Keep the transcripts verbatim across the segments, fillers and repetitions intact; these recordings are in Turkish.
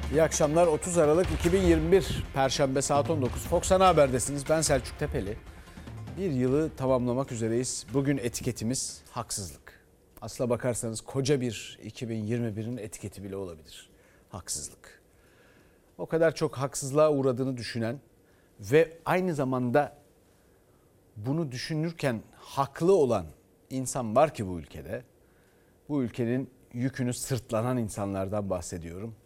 İyi akşamlar. otuz Aralık iki bin yirmi bir Perşembe saat on dokuz. Fox Ana Haber'desiniz. Ben Selçuk Tepeli. Bir yılı tamamlamak üzereyiz. Bugün etiketimiz haksızlık. Aslına bakarsanız koca bir iki bin yirmi birin etiketi bile olabilir. Haksızlık. O kadar çok haksızlığa uğradığını düşünen ve aynı zamanda bunu düşünürken haklı olan insan var ki bu ülkede. Bu ülkenin yükünü sırtlanan insanlardan bahsediyorum.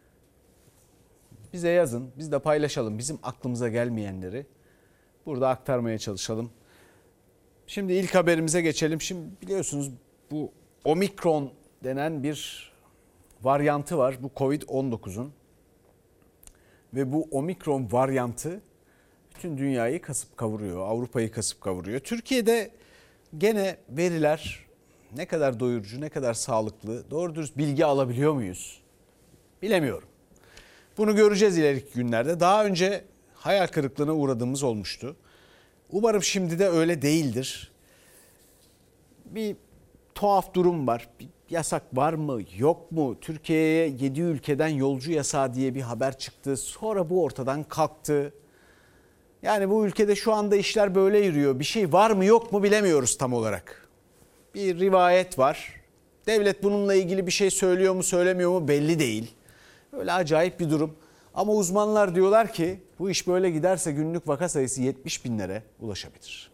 Bize yazın, biz de paylaşalım bizim aklımıza gelmeyenleri. Burada aktarmaya çalışalım. Şimdi ilk haberimize geçelim. Şimdi biliyorsunuz bu Omikron denen bir varyantı var. Bu kovid on dokuzun. Ve bu Omikron varyantı bütün dünyayı kasıp kavuruyor. Avrupa'yı kasıp kavuruyor. Türkiye'de gene veriler ne kadar doyurucu, ne kadar sağlıklı, doğru dürüst bilgi alabiliyor muyuz? Bilemiyorum. Bunu göreceğiz ileriki günlerde. Daha önce hayal kırıklığına uğradığımız olmuştu. Umarım şimdi de öyle değildir. Bir tuhaf durum var. Bir yasak var mı, yok mu? Türkiye'ye yedi ülkeden yolcu yasağı diye bir haber çıktı. Sonra bu ortadan kalktı. Yani bu ülkede şu anda işler böyle yürüyor. Bir şey var mı, yok mu bilemiyoruz tam olarak. Bir rivayet var. Devlet bununla ilgili bir şey söylüyor mu, söylemiyor mu belli değil. Öyle acayip bir durum. Ama uzmanlar diyorlar ki bu iş böyle giderse günlük vaka sayısı yetmiş binlere ulaşabilir.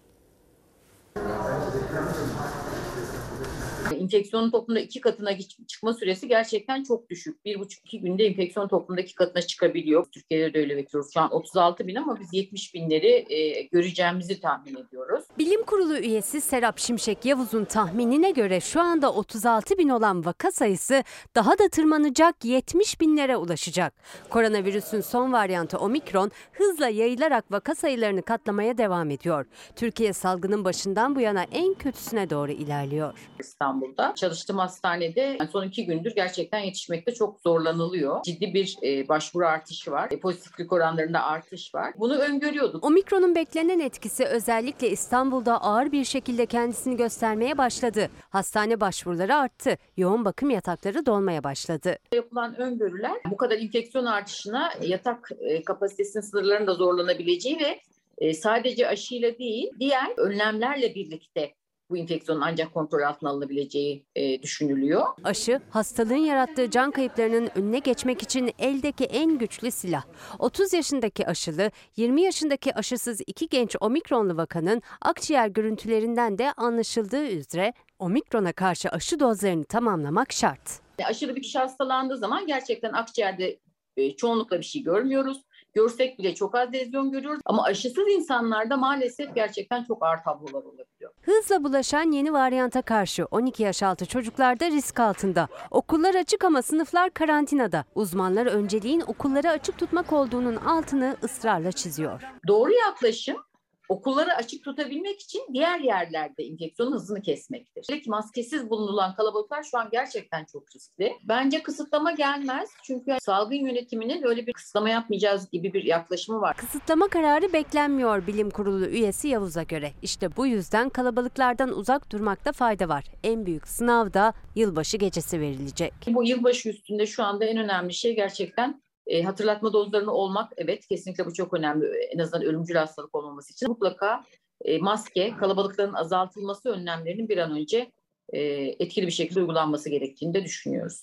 Enfeksiyonun toplumda iki katına çıkma süresi gerçekten çok düşük. Bir buçuk iki günde enfeksiyon toplumda iki katına çıkabiliyor. Türkiye'de de öyle bekliyoruz. Şu an otuz altı bin ama biz yetmiş binleri e, göreceğimizi tahmin ediyoruz. Bilim Kurulu üyesi Serap Şimşek Yavuz'un tahminine göre şu anda otuz altı bin olan vaka sayısı daha da tırmanacak, yetmiş binlere ulaşacak. Koronavirüsün son varyantı Omikron hızla yayılarak vaka sayılarını katlamaya devam ediyor. Türkiye salgının başından bu yana en kötüsüne doğru ilerliyor. İstanbul'da çalıştığım hastanede son iki gündür gerçekten yetişmekte çok zorlanılıyor. Ciddi bir e, başvuru artışı var. E, pozitiflik oranlarında artış var. Bunu öngörüyorduk. Omikron'un beklenen etkisi özellikle İstanbul'da ağır bir şekilde kendisini göstermeye başladı. Hastane başvuruları arttı. Yoğun bakım yatakları dolmaya başladı. Yapılan öngörüler bu kadar enfeksiyon artışına yatak e, kapasitesinin sınırlarının da zorlanabileceği ve e, sadece aşıyla değil diğer önlemlerle birlikte bu enfeksiyonun ancak kontrol altına alınabileceği e, düşünülüyor. Aşı, hastalığın yarattığı can kayıplarının önüne geçmek için eldeki en güçlü silah. otuz yaşındaki aşılı, yirmi yaşındaki aşısız iki genç omikronlu vakanın akciğer görüntülerinden de anlaşıldığı üzere omikrona karşı aşı dozlarını tamamlamak şart. Aşırı bir kişi hastalandığı zaman gerçekten akciğerde e, çoğunlukla bir şey görmüyoruz. Görsek bile çok az lezyon görüyoruz ama aşısız insanlarda maalesef gerçekten çok ağır tablolar olabiliyor. Hızla bulaşan yeni varyanta karşı on iki yaş altı çocuklar da risk altında. Okullar açık ama sınıflar karantinada. Uzmanlar önceliğin okulları açık tutmak olduğunun altını ısrarla çiziyor. Doğru yaklaşım okulları açık tutabilmek için diğer yerlerde enfeksiyonun hızını kesmektir. Maskesiz bulunulan kalabalıklar şu an gerçekten çok riskli. Bence kısıtlama gelmez. Çünkü salgın yönetiminin öyle bir kısıtlama yapmayacağız gibi bir yaklaşımı var. Kısıtlama kararı beklenmiyor Bilim Kurulu üyesi Yavuz'a göre. İşte bu yüzden kalabalıklardan uzak durmakta fayda var. En büyük sınav da yılbaşı gecesi verilecek. Bu yılbaşı üstünde şu anda en önemli şey gerçekten E, hatırlatma dozlarını olmak, evet kesinlikle bu çok önemli. En azından ölümcül hastalık olmaması için mutlaka e, maske, kalabalıkların azaltılması önlemlerinin bir an önce e, etkili bir şekilde uygulanması gerektiğini de düşünüyoruz.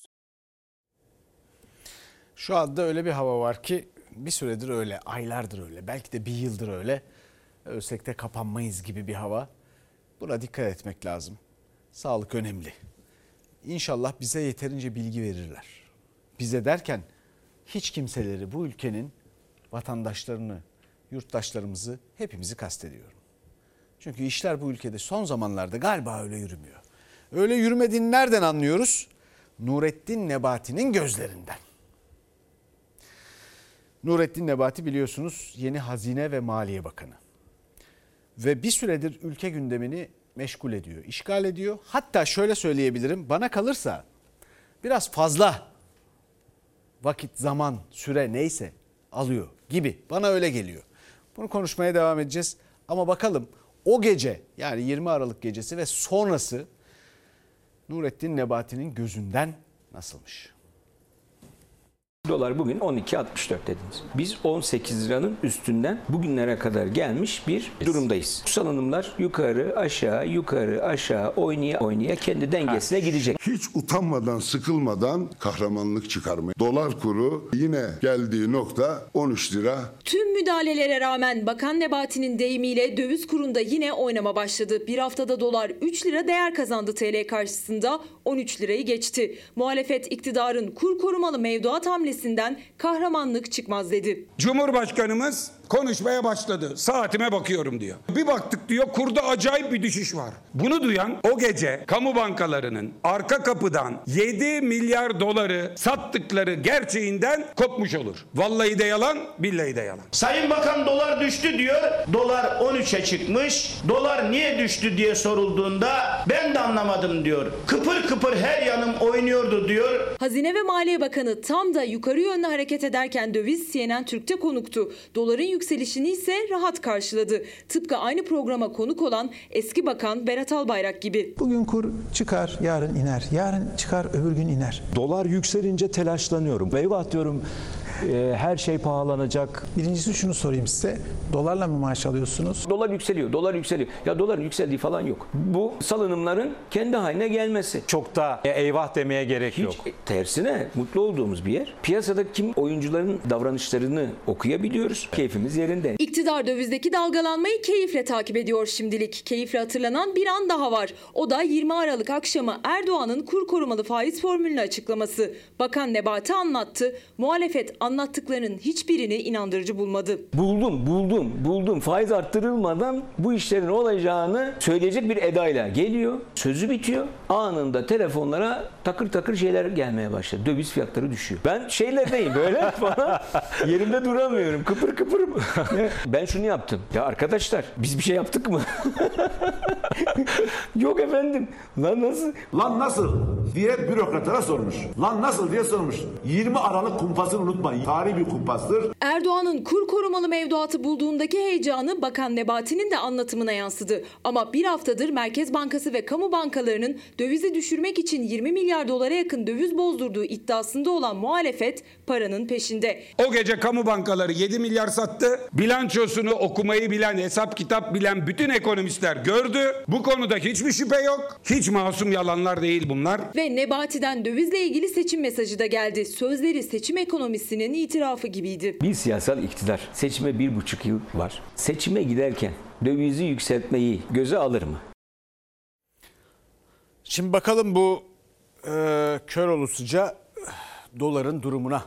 Şu anda öyle bir hava var ki bir süredir öyle, aylardır öyle, belki de bir yıldır öyle. Ölsek de kapanmayız gibi bir hava. Buna dikkat etmek lazım. Sağlık önemli. İnşallah bize yeterince bilgi verirler. Bize derken hiç kimseleri, bu ülkenin vatandaşlarını, yurttaşlarımızı, hepimizi kastediyorum. Çünkü işler bu ülkede son zamanlarda galiba öyle yürümüyor. Öyle yürümediğini nereden anlıyoruz? Nurettin Nebati'nin gözlerinden. Nurettin Nebati biliyorsunuz yeni Hazine ve Maliye Bakanı. Ve bir süredir ülke gündemini meşgul ediyor, işgal ediyor. Hatta şöyle söyleyebilirim, bana kalırsa biraz fazla vakit, zaman, süre neyse alıyor gibi. Bana öyle geliyor. Bunu konuşmaya devam edeceğiz. Ama bakalım o gece, yani yirmi Aralık gecesi ve sonrası Nurettin Nebati'nin gözünden nasılmış? Dolar bugün on iki altmış dört dediniz. Biz on sekiz liranın üstünden bugünlere kadar gelmiş bir durumdayız. Bu salınımlar yukarı aşağı yukarı aşağı oynaya oynaya kendi dengesine gidecek. Hiç utanmadan, sıkılmadan kahramanlık çıkarmayı. Dolar kuru yine geldiği nokta on üç lira. Tüm müdahalelere rağmen Bakan Nebati'nin deyimiyle döviz kurunda yine oynama başladı. Bir haftada dolar üç lira değer kazandı T L karşısında, on üç lirayı geçti. Muhalefet iktidarın kur korumalı mevduat hamlesinden kahramanlık çıkmaz dedi. Cumhurbaşkanımız konuşmaya başladı. Saatime bakıyorum diyor. Bir baktık diyor kurda acayip bir düşüş var. Bunu duyan o gece kamu bankalarının arka kapıdan yedi milyar doları sattıkları gerçeğinden kopmuş olur. Vallahi de yalan, billahi de yalan. Sayın Bakan dolar düştü diyor. Dolar on üçe çıkmış. Dolar niye düştü diye sorulduğunda ben de anlamadım diyor. Kıpır kıpır her yanım oynuyordu diyor. Hazine ve Maliye Bakanı tam da yukarı yönlü hareket ederken döviz C N N Türk'te konuktu. Doların yükselişini ise rahat karşıladı. Tıpkı aynı programa konuk olan eski bakan Berat Albayrak gibi. Bugün kur çıkar, yarın iner. Yarın çıkar, öbür gün iner. Dolar yükselince telaşlanıyorum. Eyvah diyorum, e, her şey pahalanacak. Birincisi şunu sorayım size. Dolarla mı maaş alıyorsunuz? Dolar yükseliyor, dolar yükseliyor. Ya doların yükseldiği falan yok. Bu salınımların kendi haline gelmesi. Çok da eyvah demeye gerek Hiç yok. tersine mutlu olduğumuz bir yer. Piyasada kim oyuncuların davranışlarını okuyabiliyoruz. Keyfimiz yerinde. İktidar dövizdeki dalgalanmayı keyifle takip ediyor şimdilik. Keyifle hatırlanan bir an daha var. O da yirmi Aralık akşamı Erdoğan'ın kur korumalı faiz formülünü açıklaması. Bakan Nebati anlattı. Muhalefet anlattıklarının hiçbirini inandırıcı bulmadı. Buldum, buldum, buldum. Faiz arttırılmadan bu işlerin olacağını söyleyecek bir edayla geliyor. Sözü bitiyor. Anında telefonlara takır takır şeyler gelmeye başladı. Döviz fiyatları düşüyor. Ben şeylerdeyim böyle falan. Yerimde duramıyorum. Kıpır kıpırım. Ben şunu yaptım. Ya arkadaşlar biz bir şey yaptık mı? Yok efendim. Lan nasıl? Lan nasıl diye bürokratlara sormuş. Lan nasıl diye sormuş. yirmi Aralık kumpasını unutmayın. Tarihi bir kumpastır. Erdoğan'ın kur korumalı mevduatı bulduğundaki heyecanı Bakan Nebati'nin de anlatımına yansıdı. Ama bir haftadır Merkez Bankası ve kamu bankalarının dövizi düşürmek için yirmi milyar dolara yakın döviz bozdurduğu iddiasında olan muhalefet paranın peşinde. O gece kamu bankaları yedi milyar sattı. Bilançosunu okumayı bilen, hesap kitap bilen bütün ekonomistler gördü. Bu konuda hiçbir şüphe yok. Hiç masum yalanlar değil bunlar. Ve Nebati'den dövizle ilgili seçim mesajı da geldi. Sözleri seçim ekonomisinin itirafı gibiydi. Bir siyasal iktidar seçime bir buçuk yıl var. Seçime giderken dövizi yükseltmeyi göze alır mı? Şimdi bakalım bu e, kör olasıca doların durumuna.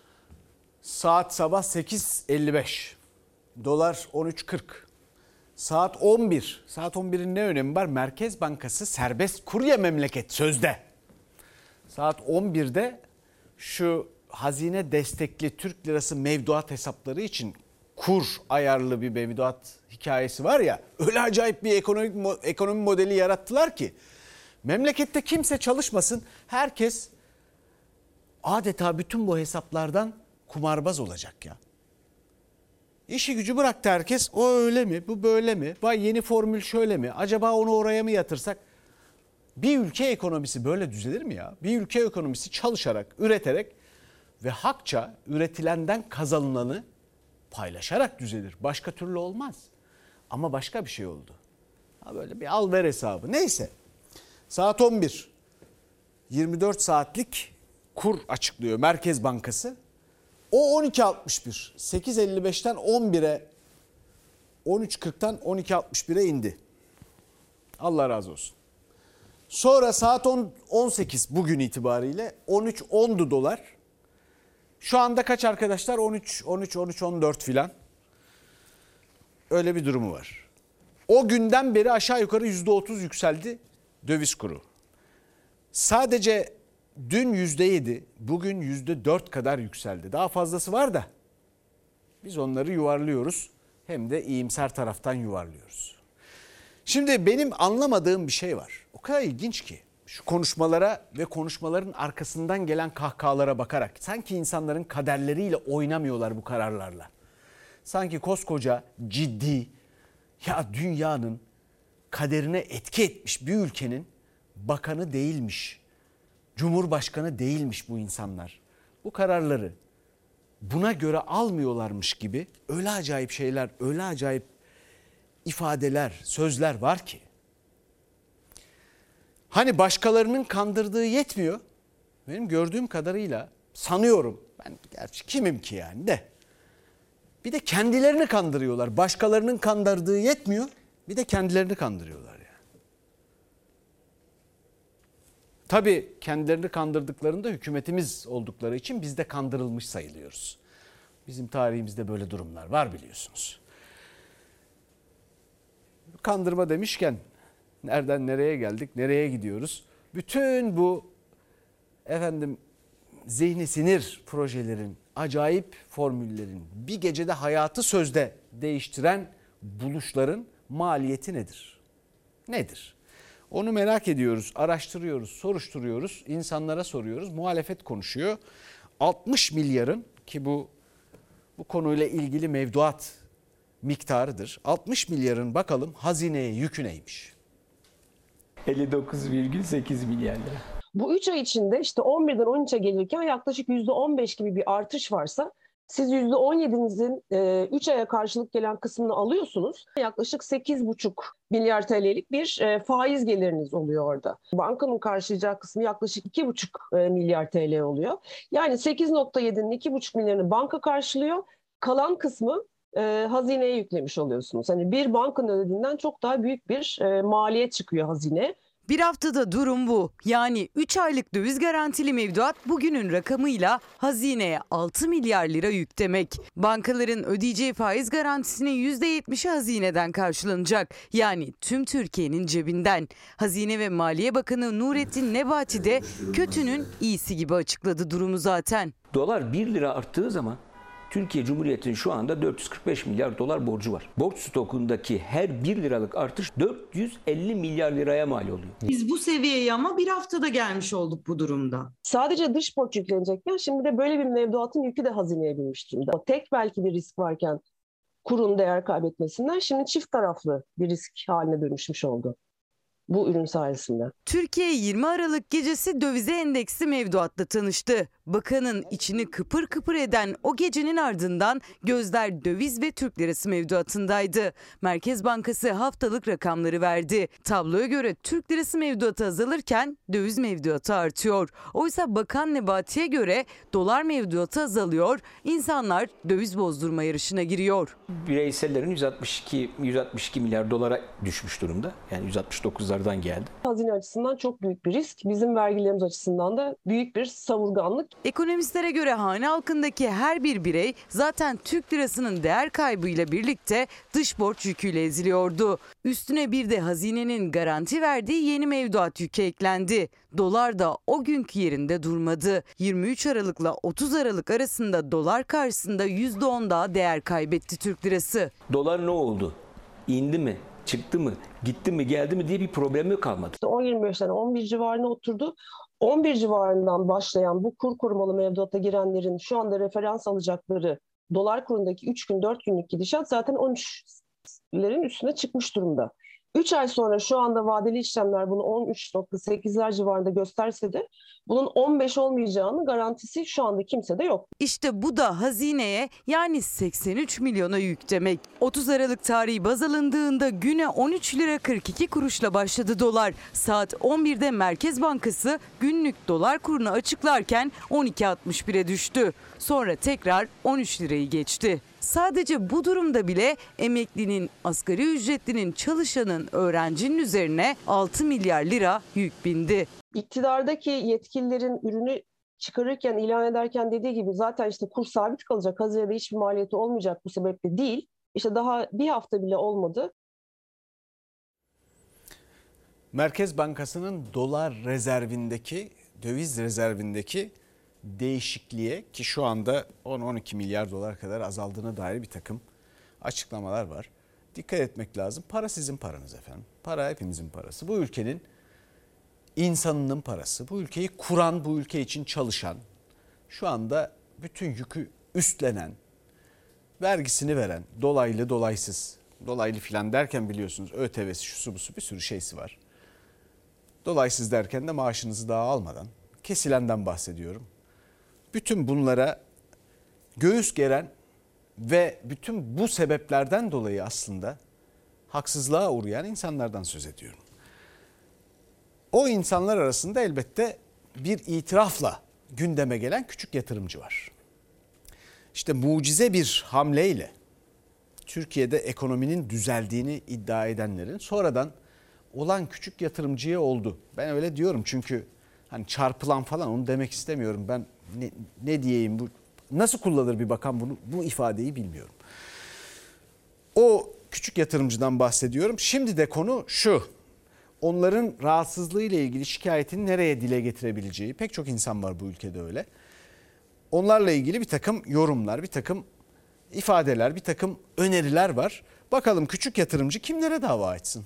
Saat sabah sekiz elli beş. Dolar on üç kırk. Saat on bir. Saat on birin ne önemi var? Merkez Bankası serbest kur ya memleket sözde. Saat on birde şu hazine destekli Türk lirası mevduat hesapları için kur ayarlı bir mevduat hikayesi var ya. Öyle acayip bir ekonomik ekonomi modeli yarattılar ki memlekette kimse çalışmasın. Herkes adeta bütün bu hesaplardan kumarbaz olacak ya. İşi gücü bıraktı herkes. O öyle mi? Bu böyle mi? Vay yeni formül şöyle mi? Acaba onu oraya mı yatırsak? Bir ülke ekonomisi böyle düzelir mi ya? Bir ülke ekonomisi çalışarak, üreterek ve hakça üretilenden kazanılanı paylaşarak düzelir. Başka türlü olmaz. Ama başka bir şey oldu. Ha böyle bir al ver hesabı. Neyse. Saat on bir. yirmi dört saatlik kur açıklıyor Merkez Bankası. O on iki altmış bir. sekiz elli beşten on bire, on üç kırktan on iki altmış bire indi. Allah razı olsun. Sonra saat on sekiz bugün itibariyle on üç ondu dolar. Şu anda kaç arkadaşlar? on üç, on üç, on üç, on dört filan. Öyle bir durumu var. O günden beri aşağı yukarı yüzde otuz yükseldi döviz kuru. Sadece dün yüzde yedi, bugün yüzde dört kadar yükseldi. Daha fazlası var da biz onları yuvarlıyoruz. Hem de iyimser taraftan yuvarlıyoruz. Şimdi benim anlamadığım bir şey var. O kadar ilginç ki şu konuşmalara ve konuşmaların arkasından gelen kahkahalara bakarak sanki insanların kaderleriyle oynamıyorlar bu kararlarla. Sanki koskoca ciddi ya dünyanın kaderine etki etmiş bir ülkenin bakanı değilmiş. Cumhurbaşkanı değilmiş bu insanlar. Bu kararları buna göre almıyorlarmış gibi öyle acayip şeyler, öyle acayip ifadeler, sözler var ki. Hani başkalarının kandırdığı yetmiyor. Benim gördüğüm kadarıyla sanıyorum, ben gerçi kimim ki yani de. Bir de kendilerini kandırıyorlar. Başkalarının kandırdığı yetmiyor. Bir de kendilerini kandırıyorlar yani. Tabii kendilerini kandırdıklarında hükümetimiz oldukları için biz de kandırılmış sayılıyoruz. Bizim tarihimizde böyle durumlar var biliyorsunuz. Kandırma demişken nereden nereye geldik, nereye gidiyoruz? Bütün bu efendim zihni sinir projelerin, acayip formüllerin, bir gecede hayatı sözde değiştiren buluşların maliyeti nedir? Nedir? Onu merak ediyoruz, araştırıyoruz, soruşturuyoruz, insanlara soruyoruz. Muhalefet konuşuyor. altmış milyarın ki bu bu konuyla ilgili mevduat miktarıdır. altmış milyarın bakalım hazineye yükü neymiş? elli dokuz virgül sekiz milyar lira. Bu üç ay içinde işte on birden on üçe gelirken yaklaşık yüzde on beş gibi bir artış varsa siz yüzde on yedinizin üç aya karşılık gelen kısmını alıyorsunuz. Yaklaşık sekiz buçuk milyar T L'lik bir e, faiz geliriniz oluyor orada. Bankanın karşılayacağı kısmı yaklaşık iki buçuk milyar T L oluyor. Yani sekiz nokta yedinin iki buçuk milyarını banka karşılıyor. Kalan kısmı e, hazineye yüklemiş oluyorsunuz. Hani bir bankanın ödediğinden çok daha büyük bir e, maliyet çıkıyor hazineye. Bir haftada durum bu. Yani üç aylık döviz garantili mevduat bugünün rakamıyla hazineye altı milyar lira yük demek. Bankaların ödeyeceği faiz garantisinin yüzde yetmişi hazineden karşılanacak. Yani tüm Türkiye'nin cebinden. Hazine ve Maliye Bakanı Nurettin Nebati de kötünün iyisi gibi açıkladı durumu zaten. Dolar bir lira arttığı zaman Türkiye Cumhuriyeti'nin şu anda dört yüz kırk beş milyar dolar borcu var. Borç stokundaki her bir liralık artış dört yüz elli milyar liraya mal oluyor. Biz bu seviyeye ama bir haftada gelmiş olduk bu durumda. Sadece dış borç yüklenecekken şimdi de böyle bir mevduatın yükü de hazineye binmiş durumda. O tek belki bir risk varken kurun değer kaybetmesinden şimdi çift taraflı bir risk haline dönüşmüş oldu bu ürün sayesinde. Türkiye yirmi Aralık gecesi dövize endeksli mevduatla tanıştı. Bakanın içini kıpır kıpır eden o gecenin ardından gözler döviz ve Türk lirası mevduatındaydı. Merkez Bankası haftalık rakamları verdi. Tabloya göre Türk lirası mevduatı azalırken döviz mevduatı artıyor. Oysa Bakan Nebati'ye göre dolar mevduatı azalıyor, insanlar döviz bozdurma yarışına giriyor. Bireysellerin yüz altmış iki yüz altmış iki milyar dolara düşmüş durumda. Yani yüz altmış dokuzlardan geldi. Hazine açısından çok büyük bir risk. Bizim vergilerimiz açısından da büyük bir savurganlık. Ekonomistlere göre hane halkındaki her bir birey zaten Türk lirasının değer kaybıyla birlikte dış borç yüküyle eziliyordu. Üstüne bir de hazinenin garanti verdiği yeni mevduat yükü eklendi. Dolar da o günkü yerinde durmadı. yirmi üç Aralık'la otuz Aralık arasında dolar karşısında yüzde on daha değer kaybetti Türk lirası. Dolar ne oldu? İndi mi? Çıktı mı? Gitti mi? Geldi mi diye bir problemi kalmadı. on yirmi beşten on bir civarına oturdu. on bir civarından başlayan bu kur korumalı mevduata girenlerin şu anda referans alacakları dolar kurundaki üç gün dört günlük gidişat zaten on üçlerin üstüne çıkmış durumda. üç ay sonra şu anda vadeli işlemler bunu on üç nokta sekizler civarında gösterse de bunun on beş olmayacağının garantisi şu anda kimsede yok. İşte bu da hazineye yani seksen üç milyona yük demek. otuz Aralık tarihi baz alındığında güne on üç lira kırk iki kuruşla başladı dolar. Saat on birde Merkez Bankası günlük dolar kurunu açıklarken on iki altmış bire düştü. Sonra tekrar on üç lirayı geçti. Sadece bu durumda bile emeklinin, asgari ücretlinin, çalışanın, öğrencinin üzerine altı milyar lira yük bindi. İktidardaki yetkililerin ürünü çıkarırken, ilan ederken dediği gibi zaten işte kur sabit kalacak, hazinede hiçbir maliyeti olmayacak bu sebeple değil. İşte daha bir hafta bile olmadı. Merkez Bankası'nın dolar rezervindeki, döviz rezervindeki değişikliğe ki şu anda on on iki milyar dolar kadar azaldığına dair bir takım açıklamalar var. Dikkat etmek lazım. Para sizin paranız efendim. Para hepimizin parası. Bu ülkenin insanının parası. Bu ülkeyi kuran, bu ülke için çalışan, şu anda bütün yükü üstlenen, vergisini veren, dolaylı dolaysız, dolaylı filan derken biliyorsunuz ÖTV'si, şusu busu bir sürü şeysi var. Dolaysız derken de maaşınızı daha almadan kesilenden bahsediyorum. Bütün bunlara göğüs geren ve bütün bu sebeplerden dolayı aslında haksızlığa uğrayan insanlardan söz ediyorum. O insanlar arasında elbette bir itirafla gündeme gelen küçük yatırımcı var. İşte mucize bir hamleyle Türkiye'de ekonominin düzeldiğini iddia edenlerin sonradan olan küçük yatırımcıya oldu. Ben öyle diyorum çünkü hani çarpılan falan onu demek istemiyorum. Ben ne, ne diyeyim, bu nasıl kullanır bir bakan bunu, bu ifadeyi bilmiyorum. O küçük yatırımcıdan bahsediyorum. Şimdi de konu şu. Onların rahatsızlığıyla ilgili şikayetini nereye dile getirebileceği, pek çok insan var bu ülkede öyle. Onlarla ilgili bir takım yorumlar, bir takım ifadeler, bir takım öneriler var. Bakalım küçük yatırımcı kimlere dava etsin?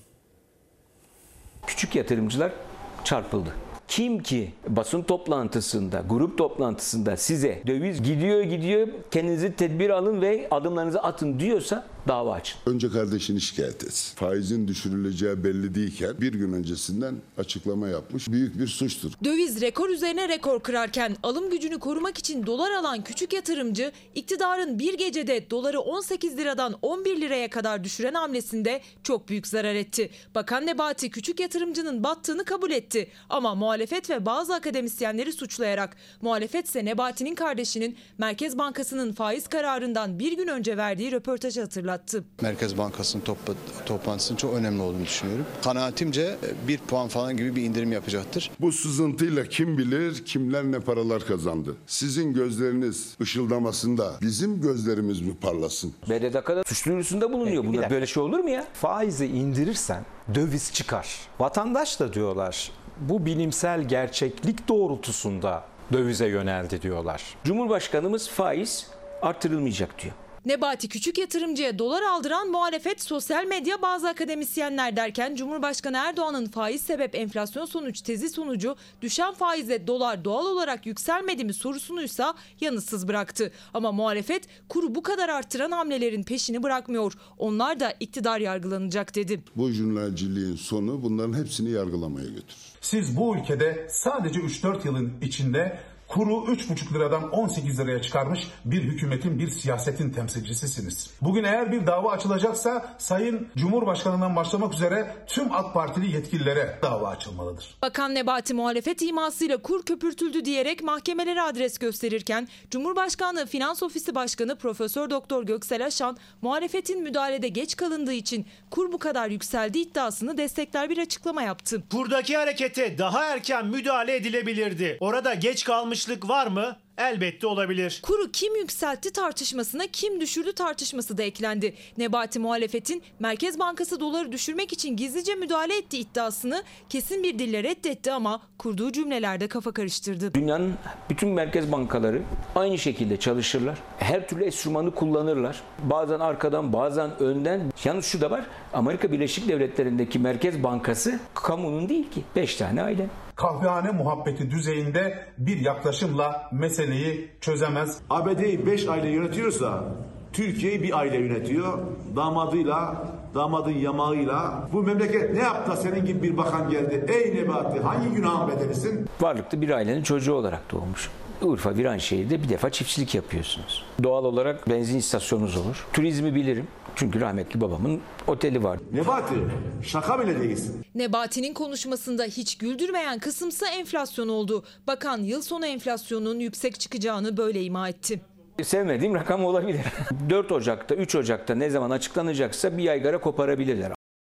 Küçük yatırımcılar çarpıldı. Kim ki basın toplantısında, grup toplantısında size döviz gidiyor gidiyor kendinizi tedbir alın ve adımlarınızı atın diyorsa dava açın. Önce kardeşini şikayet etsin. Faizin düşürüleceği belli değilken bir gün öncesinden açıklama yapmış. Büyük bir suçtur. Döviz rekor üzerine rekor kırarken alım gücünü korumak için dolar alan küçük yatırımcı iktidarın bir gecede doları on sekiz liradan on bir liraya kadar düşüren hamlesinde çok büyük zarar etti. Bakan Nebati küçük yatırımcının battığını kabul etti ama muhalefet ve bazı akademisyenleri suçlayarak muhalefetse Nebati'nin kardeşinin Merkez Bankası'nın faiz kararından bir gün önce verdiği röportajı hatırlattı. Merkez Bankası'nın topla, toplantısının çok önemli olduğunu düşünüyorum. Kanaatimce bir puan falan gibi bir indirim yapacaktır. Bu sızıntıyla kim bilir kimler ne paralar kazandı. Sizin gözleriniz ışıldamasında bizim gözlerimiz mi parlasın? B D D K'da suç duyurusunda bulunuyor. Bunda böyle şey olur mu ya? Faizi indirirsen döviz çıkar. Vatandaş da diyorlar bu bilimsel gerçeklik doğrultusunda dövize yöneldi diyorlar. Cumhurbaşkanımız faiz artırılmayacak diyor. Nebati küçük yatırımcıya dolar aldıran muhalefet, sosyal medya, bazı akademisyenler derken Cumhurbaşkanı Erdoğan'ın faiz sebep enflasyon sonuç tezi sonucu düşen faizle dolar doğal olarak yükselmedi mi sorusunuysa yanıtsız bıraktı. Ama muhalefet kuru bu kadar arttıran hamlelerin peşini bırakmıyor. Onlar da iktidar yargılanacak dedi. Bu jurnalciliğin sonu bunların hepsini yargılamaya götürür. Siz bu ülkede sadece üç dört yılın içinde kuru üç buçuk liradan on sekiz liraya çıkarmış bir hükümetin, bir siyasetin temsilcisisiniz. Bugün eğer bir dava açılacaksa Sayın Cumhurbaşkanı'ndan başlamak üzere tüm AK Partili yetkililere dava açılmalıdır. Bakan Nebati muhalefet imasıyla kur köpürtüldü diyerek mahkemelere adres gösterirken Cumhurbaşkanlığı Finans Ofisi Başkanı Profesör Doktor Göksel Aşan muhalefetin müdahalede geç kalındığı için kur bu kadar yükseldi iddiasını destekler bir açıklama yaptı. Kurdaki harekete daha erken müdahale edilebilirdi. Orada geç kalmış var mı? Elbette olabilir. Kuru kim yükseltti tartışmasına kim düşürdü tartışması da eklendi. Nebati muhalefetin Merkez Bankası doları düşürmek için gizlice müdahale ettiği iddiasını kesin bir dille reddetti ama kurduğu cümlelerde kafa karıştırdı. Dünyanın bütün merkez bankaları aynı şekilde çalışırlar. Her türlü enstrümanı kullanırlar. Bazen arkadan bazen önden. Yalnız şu da var, Amerika Birleşik Devletleri'ndeki Merkez Bankası kamunun değil ki. Beş tane aile. Kahvehane muhabbeti düzeyinde bir yaklaşımla meseleyi çözemez. A B D'yi beş aile yönetiyorsa Türkiye'yi bir aile yönetiyor. Damadıyla, damadın yamağıyla. Bu memleket ne yaptı da senin gibi bir bakan geldi? Ey Nebati, hangi günahın bedelisin? Varlıklı bir ailenin çocuğu olarak doğmuş. Urfa Viranşehir'de bir defa çiftçilik yapıyorsunuz. Doğal olarak benzin istasyonunuz olur. Turizmi bilirim. Çünkü rahmetli babamın oteli var. Nebati, şaka bile değilsin. Nebati'nin konuşmasında hiç güldürmeyen kısımsa enflasyon oldu. Bakan yıl sonu enflasyonun yüksek çıkacağını böyle ima etti. Sevmediğim rakam olabilir. dört Ocak'ta, üç Ocak'ta ne zaman açıklanacaksa bir yaygara koparabilirler.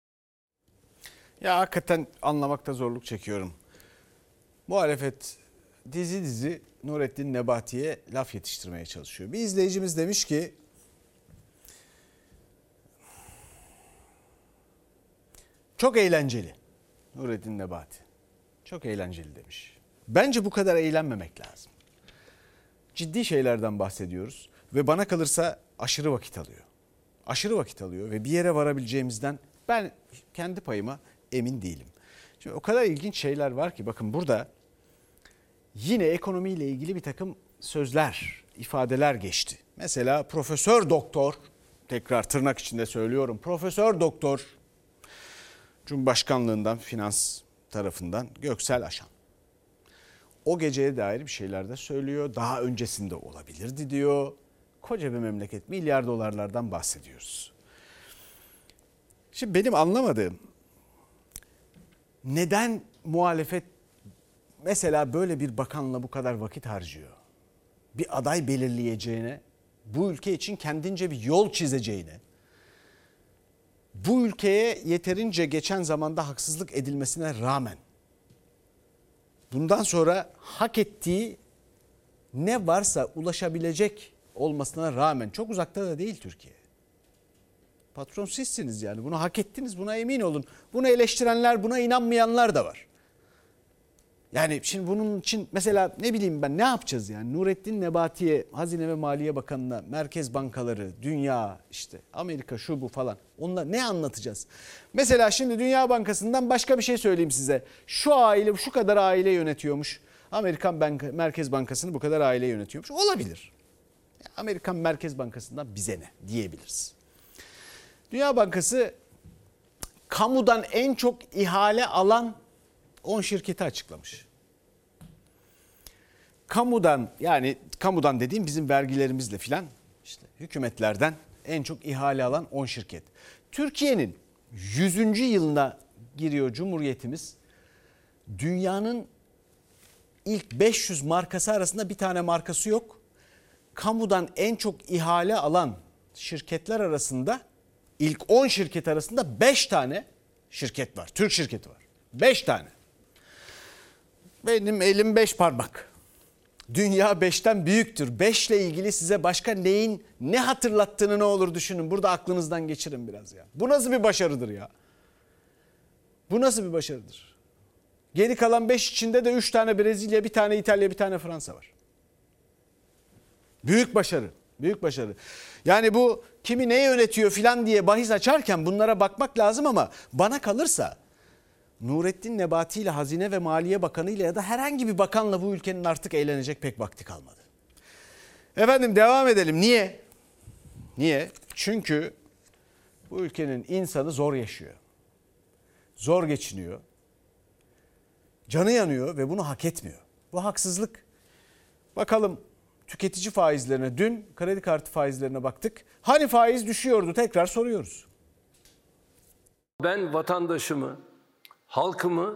Ya hakikaten anlamakta zorluk çekiyorum. Muhalefet dizi dizi Nurettin Nebati'ye laf yetiştirmeye çalışıyor. Bir izleyicimiz demiş ki çok eğlenceli Nurettin Nebati. Çok eğlenceli demiş. Bence bu kadar eğlenmemek lazım. Ciddi şeylerden bahsediyoruz ve bana kalırsa aşırı vakit alıyor. Aşırı vakit alıyor ve bir yere varabileceğimizden ben kendi payıma emin değilim. Şimdi o kadar ilginç şeyler var ki bakın burada yine ekonomiyle ilgili bir takım sözler, ifadeler geçti. Mesela Profesör Doktor, tekrar tırnak içinde söylüyorum, Profesör Doktor Cumhurbaşkanlığından, finans tarafından Göksel Aşan. O geceye dair bir şeyler de söylüyor. Daha öncesinde olabilirdi diyor. Koca bir memleket, milyar dolarlardan bahsediyoruz. Şimdi benim anlamadığım, neden muhalefet mesela böyle bir bakanla bu kadar vakit harcıyor? Bir aday belirleyeceğine, bu ülke için kendince bir yol çizeceğine, bu ülkeye yeterince geçen zamanda haksızlık edilmesine rağmen bundan sonra hak ettiği ne varsa ulaşabilecek olmasına rağmen, çok uzakta da değil Türkiye. Patron sizsiniz yani, bunu hak ettiniz, buna emin olun. Bunu eleştirenler, buna inanmayanlar da var. Yani şimdi bunun için mesela ne bileyim ben, ne yapacağız yani? Nurettin Nebati'ye, Hazine ve Maliye Bakanı'na, merkez bankaları, dünya, işte Amerika, şu bu falan, onunla ne anlatacağız? Mesela şimdi Dünya Bankası'ndan başka bir şey söyleyeyim size. Şu aile, şu kadar aile yönetiyormuş. Amerikan Banka, Merkez Bankası'nı bu kadar aile yönetiyormuş. Olabilir. Amerikan Merkez Bankası'ndan bize ne diyebiliriz. Dünya Bankası kamudan en çok ihale alan on şirketi açıklamış. Kamudan, yani kamudan dediğim bizim vergilerimizle filan, işte hükümetlerden en çok ihale alan on şirket. Türkiye'nin yüzüncü yılına giriyor Cumhuriyetimiz. Dünyanın ilk beş yüz markası arasında bir tane markası yok. Kamudan en çok ihale alan şirketler arasında ilk on şirket arasında beş tane şirket var. Türk şirketi var. beş tane. Benim elim beş parmak. Dünya beşten büyüktür. beşle ilgili size başka neyin ne hatırlattığını ne olur düşünün. Burada aklınızdan geçirin biraz ya. Bu nasıl bir başarıdır ya? Bu nasıl bir başarıdır? Geri kalan beş içinde de üç tane Brezilya, bir tane İtalya, bir tane Fransa var. Büyük başarı. Büyük başarı. Yani bu kimi ne yönetiyor filan diye bahis açarken bunlara bakmak lazım ama bana kalırsa Nurettin Nebati ile Hazine ve Maliye Bakanı ile ya da herhangi bir bakanla bu ülkenin artık eğlenecek pek vakti kalmadı. Efendim devam edelim. Niye? Niye? Çünkü bu ülkenin insanı zor yaşıyor. Zor geçiniyor. Canı yanıyor ve bunu hak etmiyor. Bu haksızlık. Bakalım tüketici faizlerine, dün kredi kartı faizlerine baktık. Hani faiz düşüyordu, tekrar soruyoruz. Ben vatandaşımı, halkımı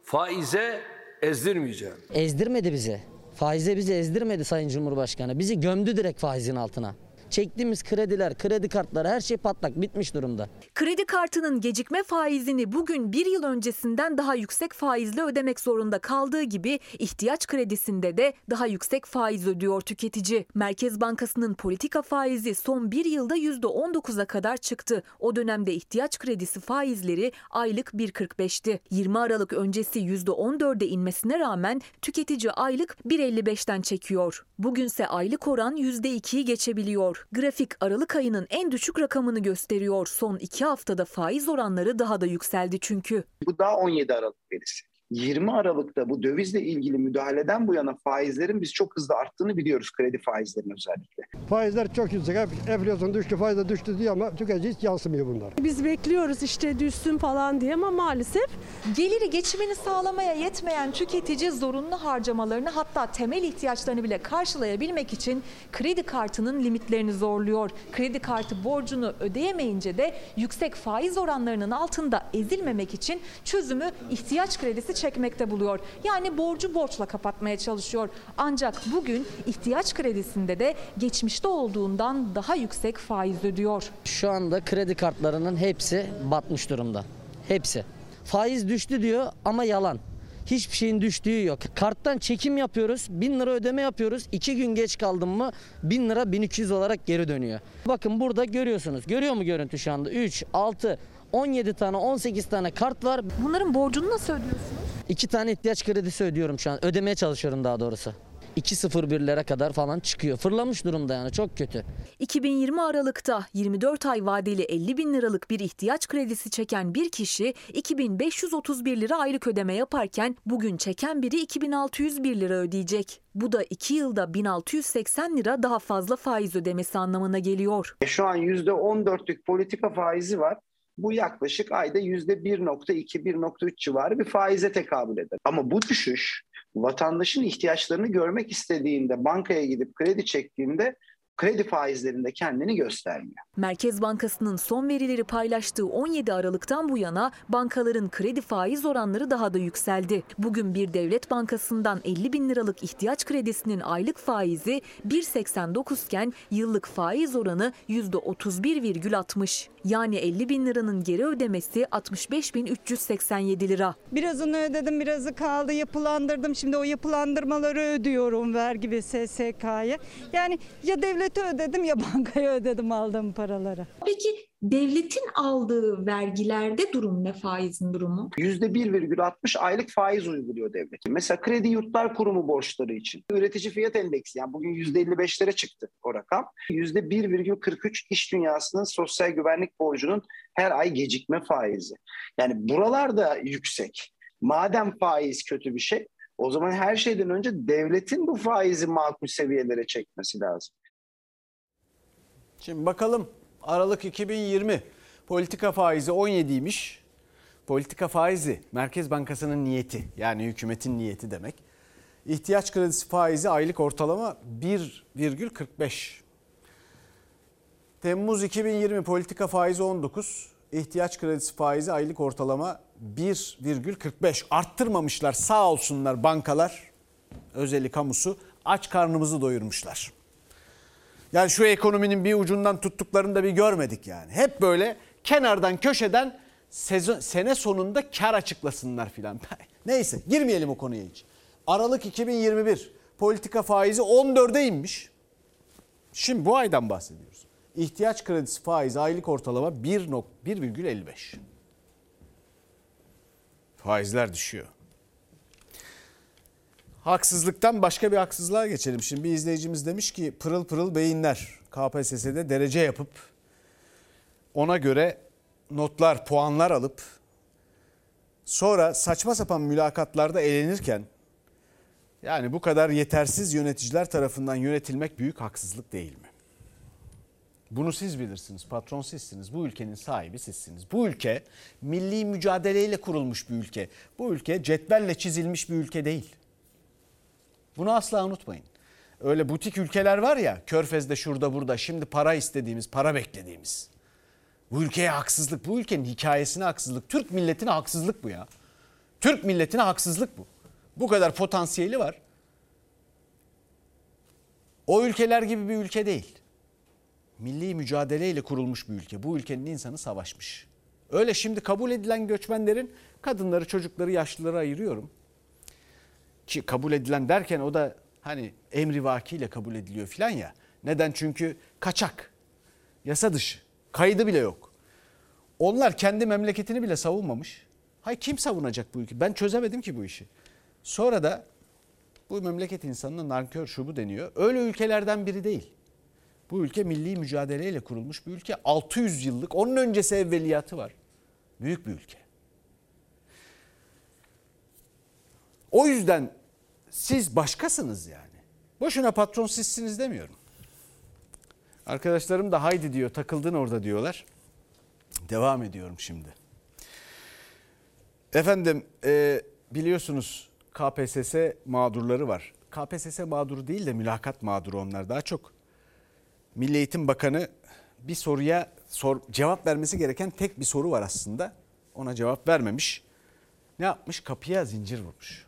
faize ezdirmeyeceğim. Ezdirmedi bizi. Faize bizi ezdirmedi Sayın Cumhurbaşkanı. Bizi gömdü direkt faizin altına. Çektiğimiz krediler, kredi kartları her şey patlak, bitmiş durumda. Kredi kartının gecikme faizini bugün bir yıl öncesinden daha yüksek faizle ödemek zorunda kaldığı gibi ihtiyaç kredisinde de daha yüksek faiz ödüyor tüketici. Merkez Bankası'nın politika faizi son bir yılda yüzde on dokuza kadar çıktı. O dönemde ihtiyaç kredisi faizleri aylık bir virgül kırk beşti. yirmi Aralık öncesi yüzde on dörde inmesine rağmen tüketici aylık bir virgül elli beşten çekiyor. Bugünse aylık oran yüzde ikiyi geçebiliyor. Grafik Aralık ayının en düşük rakamını gösteriyor. Son iki haftada faiz oranları daha da yükseldi çünkü. Bu daha on yedi Aralık verisi. yirmi Aralık'ta bu dövizle ilgili müdahaleden bu yana faizlerin biz çok hızlı arttığını biliyoruz, kredi faizlerinin özellikle. Faizler çok yüksek. Enflasyon düştü, faiz de düştü diyor ama tüketici hiç yansımıyor bunlar. Biz bekliyoruz işte düşsün falan diye ama maalesef. Geliri geçimini sağlamaya yetmeyen tüketici zorunlu harcamalarını, hatta temel ihtiyaçlarını bile karşılayabilmek için kredi kartının limitlerini zorluyor. Kredi kartı borcunu ödeyemeyince de yüksek faiz oranlarının altında ezilmemek için çözümü ihtiyaç kredisi çekmekte buluyor. Yani borcu borçla kapatmaya çalışıyor. Ancak bugün ihtiyaç kredisinde de geçmişte olduğundan daha yüksek faiz ödüyor. Şu anda kredi kartlarının hepsi batmış durumda. Hepsi. Faiz düştü diyor ama yalan. Hiçbir şeyin düştüğü yok. Karttan çekim yapıyoruz, bin lira ödeme yapıyoruz. iki gün geç kaldım mı bin lira bin iki yüz olarak geri dönüyor. Bakın burada görüyorsunuz. Görüyor mu görüntü şu anda? üç, altı, on yedi tane, on sekiz tane kart var. Bunların borcunu nasıl ödüyorsunuz? iki tane ihtiyaç kredisi ödüyorum şu an. Ödemeye çalışıyorum daha doğrusu. iki virgül sıfır birlere kadar falan çıkıyor. Fırlamış durumda yani, çok kötü. iki bin yirmi Aralık'ta yirmi dört ay vadeli elli bin liralık bir ihtiyaç kredisi çeken bir kişi iki bin beş yüz otuz bir lira aylık ödeme yaparken bugün çeken biri iki bin altı yüz bir lira ödeyecek. Bu da iki yılda bin altı yüz seksen lira daha fazla faiz ödemesi anlamına geliyor. Şu an yüzde on dörtlük politika faizi var. Bu yaklaşık ayda yüzde bir virgül iki bir virgül üç civarı bir faize tekabül eder. Ama bu düşüş vatandaşın ihtiyaçlarını görmek istediğinde, bankaya gidip kredi çektiğinde kredi faizlerinde kendini göstermiyor. Merkez Bankası'nın son verileri paylaştığı on yedi Aralık'tan bu yana bankaların kredi faiz oranları daha da yükseldi. Bugün bir devlet bankasından elli bin liralık ihtiyaç kredisinin aylık faizi bir virgül seksen dokuz iken yıllık faiz oranı yüzde otuz bir virgül altmış. Yani elli bin liranın geri ödemesi altmış beş bin üç yüz seksen yedi lira. Birazını ödedim, birazı kaldı, yapılandırdım. Şimdi o yapılandırmaları ödüyorum vergi ve S S K'ya. Yani ya devlete ödedim ya bankaya ödedim aldığım paraları. Peki devletin aldığı vergilerde durum ne, faizin durumu? yüzde bir virgül altmış aylık faiz uyguluyor devlet. Mesela Kredi Yurtlar Kurumu borçları için. Üretici fiyat endeksi, yani bugün yüzde elli beşlere çıktı o rakam. yüzde bir virgül kırk üç iş dünyasının sosyal güvenlik borcunun her ay gecikme faizi. Yani buralar da yüksek. Madem faiz kötü bir şey, o zaman her şeyden önce devletin bu faizi makul seviyelere çekmesi lazım. Şimdi bakalım, Aralık iki bin yirmi politika faizi on yediymiş. Politika faizi Merkez Bankası'nın niyeti, yani hükümetin niyeti demek. İhtiyaç kredisi faizi aylık ortalama bir virgül kırk beş. Temmuz iki bin yirmi politika faizi on dokuz. İhtiyaç kredisi faizi aylık ortalama bir virgül kırk beş. Arttırmamışlar, sağ olsunlar bankalar, özeli kamusu, aç karnımızı doyurmuşlar. Yani şu ekonominin bir ucundan tuttuklarını da bir görmedik yani. Hep böyle kenardan köşeden sezon, sene sonunda kar açıklasınlar filan. Neyse, girmeyelim o konuya hiç. Aralık iki bin yirmi bir politika faizi on dörde inmiş. Şimdi bu aydan bahsediyoruz. İhtiyaç kredisi faizi aylık ortalama bir virgül elli beş. Faizler düşüyor. Haksızlıktan başka bir haksızlığa geçelim. Şimdi bir izleyicimiz demiş ki pırıl pırıl beyinler K P S S'de derece yapıp ona göre notlar, puanlar alıp sonra saçma sapan mülakatlarda elenirken, yani bu kadar yetersiz yöneticiler tarafından yönetilmek büyük haksızlık değil mi? Bunu siz bilirsiniz, patron sizsiniz, bu ülkenin sahibi sizsiniz. Bu ülke milli mücadeleyle kurulmuş bir ülke. Bu ülke cetvelle çizilmiş bir ülke değil. Bunu asla unutmayın. Öyle butik ülkeler var ya, Körfez'de şurada burada, şimdi para istediğimiz, para beklediğimiz. Bu ülkeye haksızlık, bu ülkenin hikayesine haksızlık, Türk milletine haksızlık bu ya. Türk milletine haksızlık bu. Bu kadar potansiyeli var. O ülkeler gibi bir ülke değil. Milli mücadeleyle kurulmuş bir ülke. Bu ülkenin insanı savaşmış. Öyle şimdi kabul edilen göçmenlerin kadınları, çocukları, yaşlıları ayırıyorum. Ki kabul edilen derken o da hani emrivakiyle kabul ediliyor filan ya. Neden? Çünkü kaçak, yasa dışı, kaydı bile yok. Onlar kendi memleketini bile savunmamış. Hay kim savunacak bu ülkeyi? Ben çözemedim ki bu işi. Sonra da bu memleket insanına nankör şubu deniyor. Öyle ülkelerden biri değil. Bu ülke milli mücadeleyle kurulmuş bir ülke. altı yüz yıllık, onun öncesi evveliyatı var. Büyük bir ülke. O yüzden siz başkasınız yani. Boşuna patron sizsiniz demiyorum. Arkadaşlarım da haydi diyor, takıldın orada diyorlar. Devam ediyorum şimdi. Efendim e, biliyorsunuz K P S S mağdurları var. K P S S mağduru değil de mülakat mağduru onlar daha çok. Milli Eğitim Bakanı bir soruya sor, cevap vermesi gereken tek bir soru var aslında. Ona cevap vermemiş. Ne yapmış? Kapıya zincir vurmuş.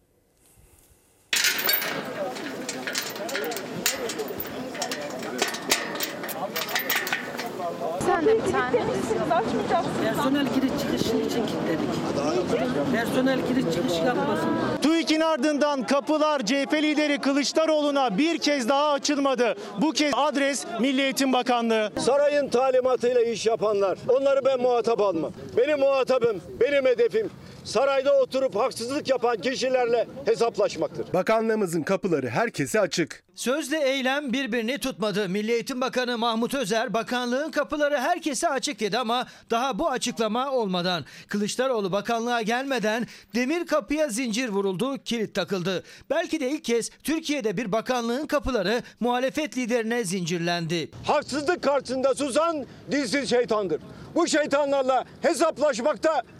Sen de bir tane. Personel giriş çıkışı için kilitledik. Personel giriş çıkış yapmasın. TÜİK'in ardından kapılar C H P lideri Kılıçdaroğlu'na bir kez daha açılmadı. Bu kez adres Milli Eğitim Bakanlığı. Sarayın talimatıyla iş yapanlar, onları ben muhatap almam. Benim muhatabım, benim hedefim sarayda oturup haksızlık yapan kişilerle hesaplaşmaktır. Bakanlığımızın kapıları herkese açık. Sözle eylem birbirini tutmadı. Milli Eğitim Bakanı Mahmut Özer, bakanlığın kapıları herkese açık dedi ama daha bu açıklama olmadan, Kılıçdaroğlu bakanlığa gelmeden demir kapıya zincir vuruldu, kilit takıldı. Belki de ilk kez Türkiye'de bir bakanlığın kapıları muhalefet liderine zincirlendi. Haksızlık karşısında susan dilsiz şeytandır. Bu şeytanlarla hesaplaşmakta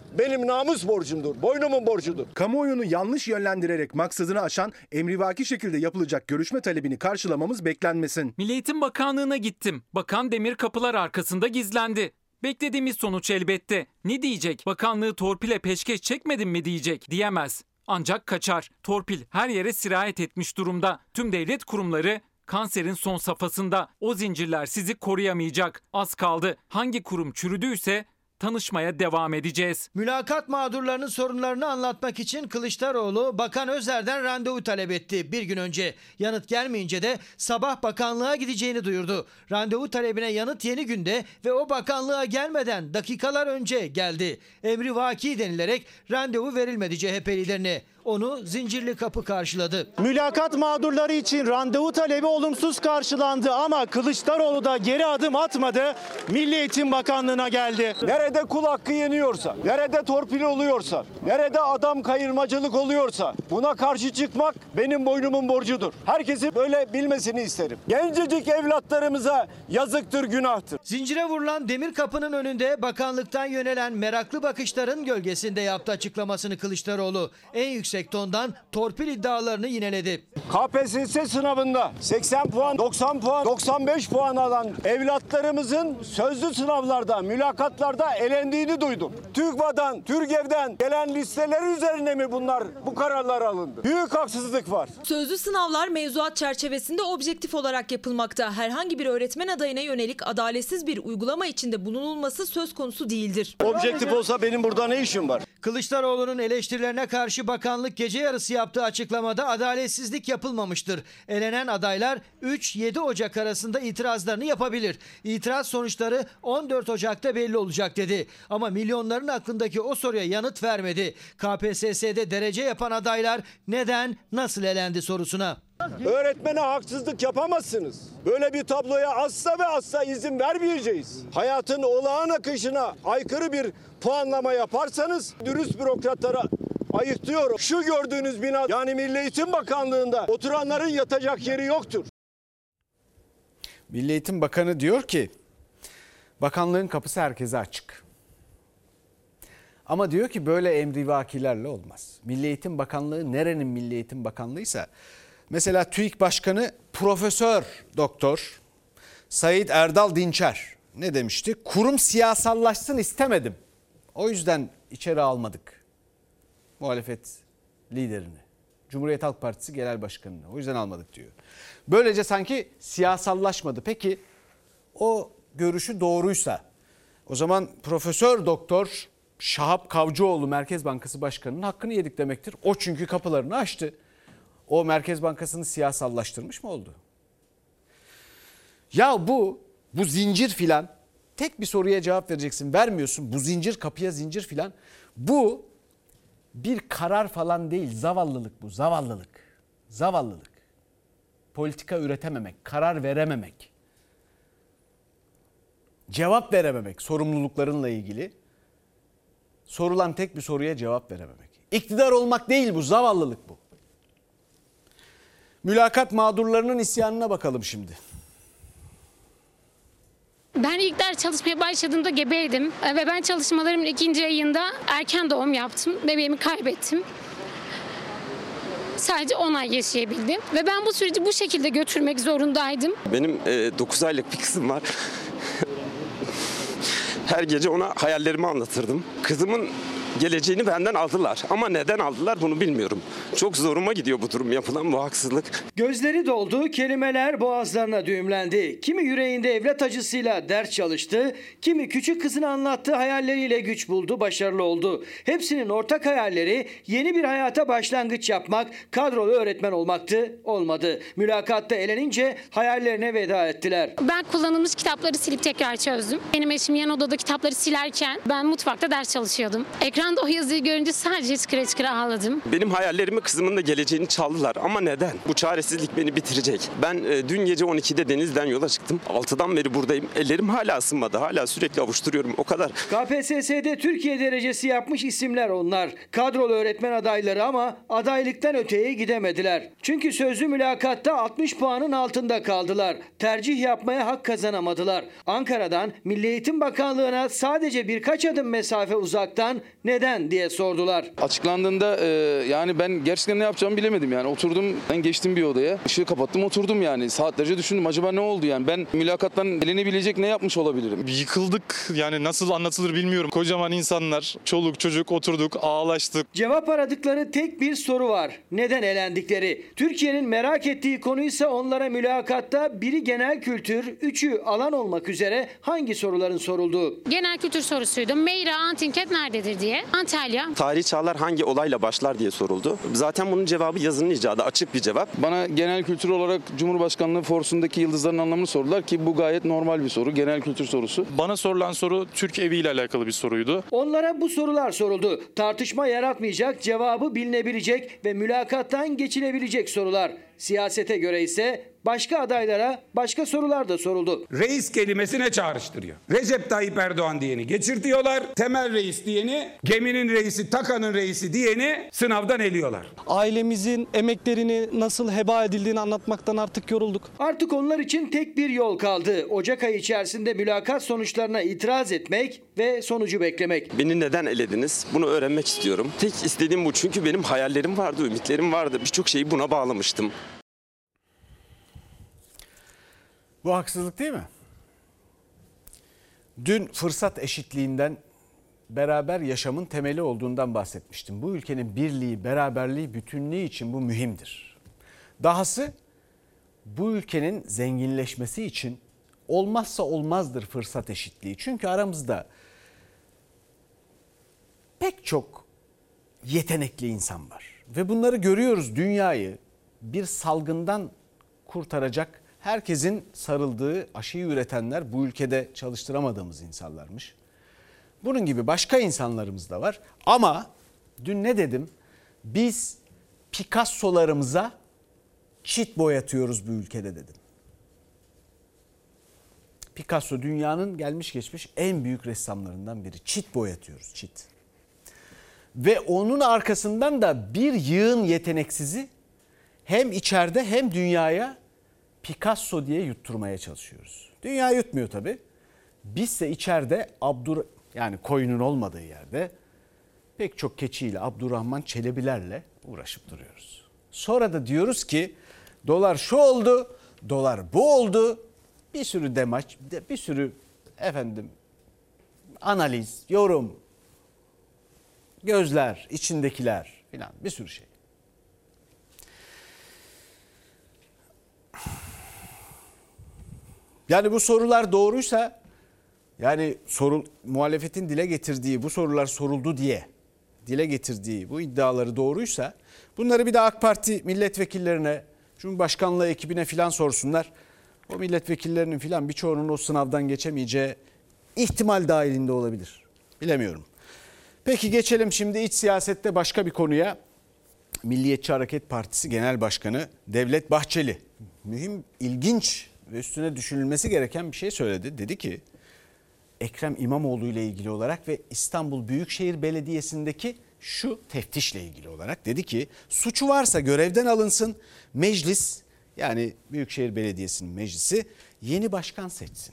benim namus borcumdur. Boynumun borcudur. Kamuoyunu yanlış yönlendirerek maksadını aşan emrivaki şekilde yapılacak görüşme talebini karşılamamız beklenmesin. Milli Eğitim Bakanlığı'na gittim. Bakan demir kapılar arkasında gizlendi. Beklediğimiz sonuç elbette. Ne diyecek? Bakanlığı torpile peşkeş çekmedin mi diyecek? Diyemez. Ancak kaçar. Torpil her yere sirayet etmiş durumda. Tüm devlet kurumları kanserin son safhasında. O zincirler sizi koruyamayacak. Az kaldı. Hangi kurum çürüdüyse tanışmaya devam edeceğiz. Mülakat mağdurlarının sorunlarını anlatmak için Kılıçdaroğlu Bakan Özer'den randevu talep etti bir gün önce. Yanıt gelmeyince de sabah bakanlığa gideceğini duyurdu. Randevu talebine yanıt yeni günde ve o bakanlığa gelmeden dakikalar önce geldi. Emri vaki denilerek randevu verilmedi C H P liderine. Onu Zincirli Kapı karşıladı. Mülakat mağdurları için randevu talebi olumsuz karşılandı ama Kılıçdaroğlu da geri adım atmadı. Milli Eğitim Bakanlığı'na geldi. Nerede kul hakkı yeniyorsa, nerede torpil oluyorsa, nerede adam kayırmacılık oluyorsa buna karşı çıkmak benim boynumun borcudur. Herkesi böyle bilmesini isterim. Gencecik evlatlarımıza yazıktır, günahtır. Zincire vurulan demir kapının önünde bakanlıktan yönelen meraklı bakışların gölgesinde yaptı açıklamasını Kılıçdaroğlu. En yüksek tondan torpil iddialarını yineledi. K P S S sınavında seksen puan, doksan puan, doksan beş puan alan evlatlarımızın sözlü sınavlarda, mülakatlarda elendiğini duydum. TÜGVA'dan, TÜRGEV'den gelen listeler üzerine mi bunlar, bu kararlar alındı? Büyük haksızlık var. Sözlü sınavlar mevzuat çerçevesinde objektif olarak yapılmakta. Herhangi bir öğretmen adayına yönelik adaletsiz bir uygulama içinde bulunulması söz konusu değildir. Objektif olsa benim burada ne işim var? Kılıçdaroğlu'nun eleştirilerine karşı bakanlık gece yarısı yaptığı açıklamada adaletsizlik yapılmamıştır. Elenen adaylar üç yedi Ocak arasında itirazlarını yapabilir. İtiraz sonuçları on dört Ocak'ta belli olacak dedi. Ama milyonların aklındaki o soruya yanıt vermedi. K P S S'de derece yapan adaylar neden, nasıl elendi sorusuna. Öğretmene haksızlık yapamazsınız. Böyle bir tabloya asla ve asla izin vermeyeceğiz. Hayatın olağan akışına aykırı bir puanlama yaparsanız dürüst bürokratlara ayıklıyorum. Şu gördüğünüz bina, yani Milli Eğitim Bakanlığı'nda oturanların yatacak yeri yoktur. Milli Eğitim Bakanı diyor ki bakanlığın kapısı herkese açık. Ama diyor ki böyle emrivakilerle olmaz. Milli Eğitim Bakanlığı nerenin Milli Eğitim Bakanlığıysa, mesela TÜİK Başkanı Profesör Doktor Said Erdal Dinçer ne demişti? Kurum siyasallaşsın istemedim. O yüzden içeri almadık muhalefet liderini. Cumhuriyet Halk Partisi Genel Başkanı'nı. O yüzden almadık diyor. Böylece sanki siyasallaşmadı. Peki o görüşü doğruysa o zaman Profesör Doktor Şahap Kavcıoğlu Merkez Bankası Başkanı'nın hakkını yedik demektir. O çünkü kapılarını açtı. O Merkez Bankası'nı siyasallaştırmış mı oldu? Ya bu bu zincir filan, tek bir soruya cevap vereceksin, vermiyorsun. Bu zincir, kapıya zincir filan. Bu bir karar falan değil, zavallılık bu, zavallılık. Zavallılık. Politika üretememek, karar verememek. Cevap verememek sorumluluklarınla ilgili. Sorulan tek bir soruya cevap verememek. İktidar olmak değil bu, zavallılık bu. Mülakat mağdurlarının isyanına bakalım şimdi. Ben ilk ders çalışmaya başladığımda gebeydim ve ben çalışmalarımın ikinci ayında erken doğum yaptım. Bebeğimi kaybettim. Sadece on ay yaşayabildim ve ben bu süreci bu şekilde götürmek zorundaydım. Benim dokuz aylık bir kızım var. Her gece ona hayallerimi anlatırdım. Kızımın geleceğini benden aldılar. Ama neden aldılar bunu bilmiyorum. Çok zoruma gidiyor bu durum, yapılan bu haksızlık. Gözleri doldu, kelimeler boğazlarına düğümlendi. Kimi yüreğinde evlat acısıyla ders çalıştı, kimi küçük kızını anlattığı hayalleriyle güç buldu, başarılı oldu. Hepsinin ortak hayalleri yeni bir hayata başlangıç yapmak, kadrolu öğretmen olmaktı, olmadı. Mülakatta elenince hayallerine veda ettiler. Ben kullanılmış kitapları silip tekrar çözdüm. Benim eşim yan odada kitapları silerken ben mutfakta ders çalışıyordum. Ekranda o yazıyı görünce sadece çıkıra çıkıra ağladım. Benim hayallerimi, kızımın da geleceğini çaldılar. Ama neden? Bu çaresizlik beni bitirecek. Ben e, dün gece on ikide Denizli'den yola çıktım. altıdan beri buradayım. Ellerim hala ısınmadı. Hala sürekli avuşturuyorum. O kadar. K P S S'de Türkiye derecesi yapmış isimler onlar. Kadrolu öğretmen adayları ama adaylıktan öteye gidemediler. Çünkü sözlü mülakatta altmış puanın altında kaldılar. Tercih yapmaya hak kazanamadılar. Ankara'dan Milli Eğitim Bakanlığı'na sadece birkaç adım mesafe uzaktan neden diye sordular. Açıklandığında e, yani ben gerçekten ne yapacağımı bilemedim yani. Oturdum, ben geçtim bir odaya, ışığı kapattım, oturdum yani. Saatlerce düşündüm, acaba ne oldu yani? Ben mülakattan elenebilecek ne yapmış olabilirim? Yıkıldık yani, nasıl anlatılır bilmiyorum. Kocaman insanlar, çoluk çocuk oturduk, ağlaştık. Cevap aradıkları tek bir soru var. Neden elendikleri? Türkiye'nin merak ettiği konuysa onlara mülakatta biri genel kültür, üçü alan olmak üzere hangi soruların sorulduğu. Genel kültür sorusuydu. Meyra Antinket nerededir diye. Antalya. Tarihi çağlar hangi olayla başlar diye soruldu. Zaten bunun cevabı yazının icadı, açık bir cevap. Bana genel kültür olarak Cumhurbaşkanlığı forsundaki yıldızların anlamını sordular ki bu gayet normal bir soru. Genel kültür sorusu. Bana sorulan soru Türk evi ile alakalı bir soruydu. Onlara bu sorular soruldu. Tartışma yaratmayacak, cevabı bilinebilecek ve mülakattan geçilebilecek sorular. Siyasete göre ise başka adaylara başka sorular da soruldu. Reis kelimesine çağrıştırıyor. Recep Tayyip Erdoğan diyeni geçirtiyorlar. Temel reis diyeni, geminin reisi, takanın reisi diyeni sınavdan eliyorlar. Ailemizin emeklerini nasıl heba edildiğini anlatmaktan artık yorulduk. Artık onlar için tek bir yol kaldı. Ocak ayı içerisinde mülakat sonuçlarına itiraz etmek ve sonucu beklemek. Beni neden elediniz? Bunu öğrenmek istiyorum. Tek istediğim bu, çünkü benim hayallerim vardı, ümitlerim vardı. Birçok şeyi buna bağlamıştım. Bu haksızlık değil mi? Dün fırsat eşitliğinden, beraber yaşamın temeli olduğundan bahsetmiştim. Bu ülkenin birliği, beraberliği, bütünlüğü için bu mühimdir. Dahası bu ülkenin zenginleşmesi için olmazsa olmazdır fırsat eşitliği. Çünkü aramızda pek çok yetenekli insan var. Ve bunları görüyoruz, dünyayı bir salgından kurtaracak, herkesin sarıldığı aşıyı üretenler bu ülkede çalıştıramadığımız insanlarmış. Bunun gibi başka insanlarımız da var. Ama dün ne dedim? Biz Picasso'larımıza çit boyatıyoruz bu ülkede dedim. Picasso dünyanın gelmiş geçmiş en büyük ressamlarından biri. Çit boyatıyoruz, çit. Ve onun arkasından da bir yığın yeteneksizi hem içeride hem dünyaya Picasso diye yutturmaya çalışıyoruz. Dünya yutmuyor tabii. Bizse içeride Abdur yani koyunun olmadığı yerde pek çok keçiyle, Abdurrahman Çelebilerle uğraşıp duruyoruz. Sonra da diyoruz ki dolar şu oldu, dolar bu oldu. Bir sürü demaç, bir sürü efendim analiz, yorum, gözler, içindekiler filan bir sürü şey. Yani bu sorular doğruysa, yani soru, muhalefetin dile getirdiği bu sorular soruldu diye dile getirdiği bu iddiaları doğruysa bunları bir de AK Parti milletvekillerine, Cumhurbaşkanlığı ekibine filan sorsunlar. O milletvekillerinin filan birçoğunun o sınavdan geçemeyeceği ihtimal dahilinde olabilir. Bilemiyorum. Peki geçelim şimdi iç siyasette başka bir konuya. Milliyetçi Hareket Partisi Genel Başkanı Devlet Bahçeli mühim, ilginç ve üstüne düşünülmesi gereken bir şey söyledi. Dedi ki Ekrem İmamoğlu ile ilgili olarak ve İstanbul Büyükşehir Belediyesi'ndeki şu teftişle ilgili olarak dedi ki suçu varsa görevden alınsın, meclis yani Büyükşehir Belediyesi'nin meclisi yeni başkan seçsin.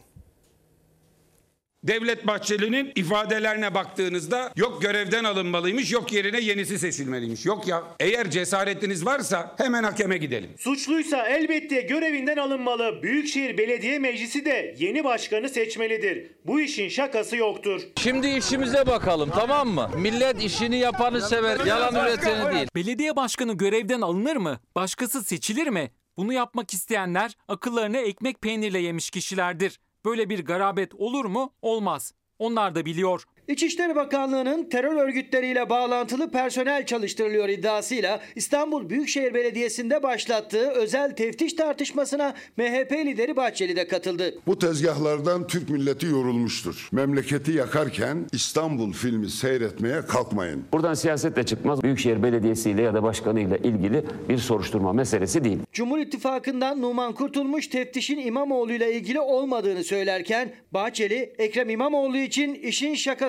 Devlet Bahçeli'nin ifadelerine baktığınızda yok görevden alınmalıymış, yok yerine yenisi seçilmeliymiş. Yok ya, eğer cesaretiniz varsa hemen hakeme gidelim. Suçluysa elbette görevinden alınmalı. Büyükşehir Belediye Meclisi de yeni başkanı seçmelidir. Bu işin şakası yoktur. Şimdi işimize bakalım, tamam mı? Millet işini yapanı sever, yalan üreteni değil. Belediye başkanı görevden alınır mı? Başkası seçilir mi? Bunu yapmak isteyenler akıllarını ekmek peynirle yemiş kişilerdir. Böyle bir garabet olur mu? Olmaz. Onlar da biliyor. İçişleri Bakanlığı'nın terör örgütleriyle bağlantılı personel çalıştırılıyor iddiasıyla İstanbul Büyükşehir Belediyesi'nde başlattığı özel teftiş tartışmasına M H P lideri Bahçeli de katıldı. Bu tezgahlardan Türk milleti yorulmuştur. Memleketi yakarken İstanbul filmi seyretmeye kalkmayın. Buradan siyasetle çıkmaz. Büyükşehir Belediyesi ile ya da başkanıyla ilgili bir soruşturma meselesi değil. Cumhur İttifakı'ndan Numan Kurtulmuş teftişin İmamoğlu ile ilgili olmadığını söylerken Bahçeli Ekrem İmamoğlu için işin şakası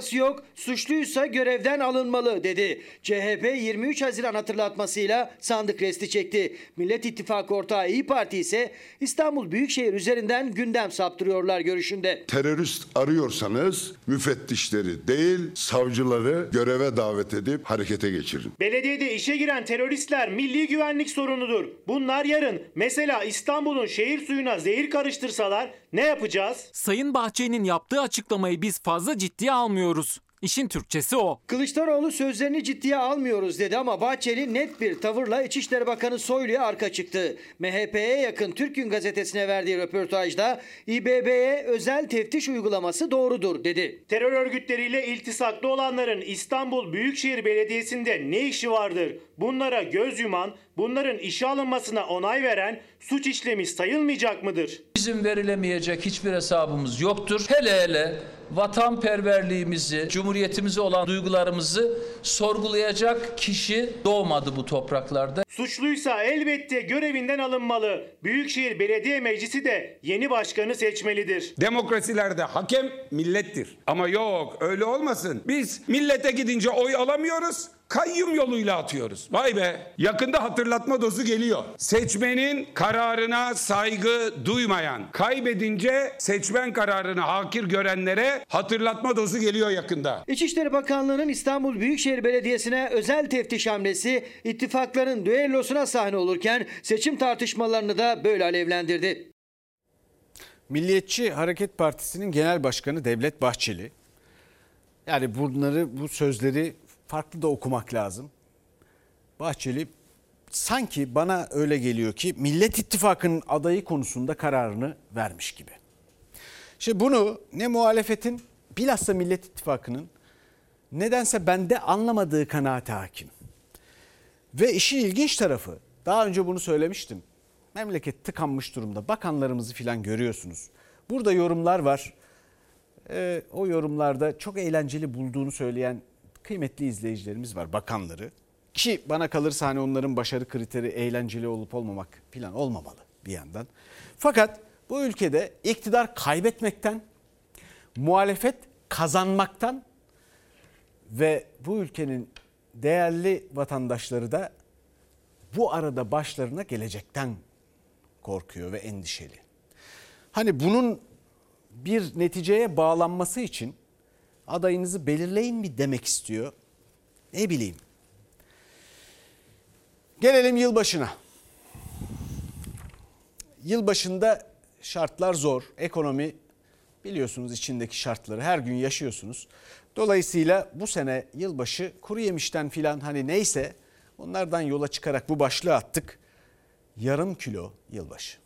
açıklaması yok, suçluysa görevden alınmalı dedi. C H P yirmi üç Haziran hatırlatmasıyla sandık resti çekti. Millet İttifakı ortağı İYİ Parti ise İstanbul Büyükşehir üzerinden gündem saptırıyorlar görüşünde. Terörist arıyorsanız müfettişleri değil savcıları göreve davet edip harekete geçirin. Belediyede işe giren teröristler milli güvenlik sorunudur. Bunlar yarın mesela İstanbul'un şehir suyuna zehir karıştırsalar ne yapacağız? Sayın Bahçeli'nin yaptığı açıklamayı biz fazla ciddiye almıyoruz. İşin Türkçesi o. Kılıçdaroğlu sözlerini ciddiye almıyoruz dedi ama Bahçeli net bir tavırla İçişleri Bakanı Soylu'ya arka çıktı. M H P'ye yakın Türk Gün Gazetesi'ne verdiği röportajda İ B B'ye özel teftiş uygulaması doğrudur dedi. Terör örgütleriyle iltisaklı olanların İstanbul Büyükşehir Belediyesi'nde ne işi vardır? Bunlara göz yuman, bunların işe alınmasına onay veren suç işlemiş sayılmayacak mıdır? Bizim verilemeyecek hiçbir hesabımız yoktur. Hele hele vatanperverliğimizi, cumhuriyetimize olan duygularımızı sorgulayacak kişi doğmadı bu topraklarda. Suçluysa elbette görevinden alınmalı. Büyükşehir Belediye Meclisi de yeni başkanı seçmelidir. Demokrasilerde hakem millettir. Ama yok öyle olmasın. Biz millete gidince oy alamıyoruz. Kayyum yoluyla atıyoruz. Vay be. Yakında hatırlatma dozu geliyor. Seçmenin kararına saygı duymayan, kaybedince seçmen kararını hakir görenlere hatırlatma dozu geliyor yakında. İçişleri Bakanlığı'nın İstanbul Büyükşehir Belediyesi'ne özel teftiş hamlesi ittifakların düellosuna sahne olurken seçim tartışmalarını da böyle alevlendirdi. Milliyetçi Hareket Partisi'nin Genel Başkanı Devlet Bahçeli, yani bunları, bu sözleri farklı da okumak lazım. Bahçeli sanki bana öyle geliyor ki Millet İttifakı'nın adayı konusunda kararını vermiş gibi. Şimdi bunu ne muhalefetin bilhassa Millet İttifakı'nın nedense bende anlamadığı kanaate hakim. Ve işin ilginç tarafı, daha önce bunu söylemiştim. Memleket tıkanmış durumda. Bakanlarımızı filan görüyorsunuz. Burada yorumlar var. Ee, o yorumlarda çok eğlenceli bulduğunu söyleyen kıymetli izleyicilerimiz var, bakanları. Ki bana kalırsa hani onların başarı kriteri eğlenceli olup olmamak filan olmamalı bir yandan. Fakat bu ülkede iktidar kaybetmekten, muhalefet kazanmaktan ve bu ülkenin değerli vatandaşları da bu arada başlarına gelecekten korkuyor ve endişeli. Hani bunun bir neticeye bağlanması için adayınızı belirleyin mi demek istiyor? Ne bileyim. Gelelim yılbaşına. Yılbaşında şartlar zor. Ekonomi biliyorsunuz içindeki şartları her gün yaşıyorsunuz. Dolayısıyla bu sene yılbaşı kuru yemişten filan hani neyse onlardan yola çıkarak bu başlığı attık. Yarım kilo yılbaşı.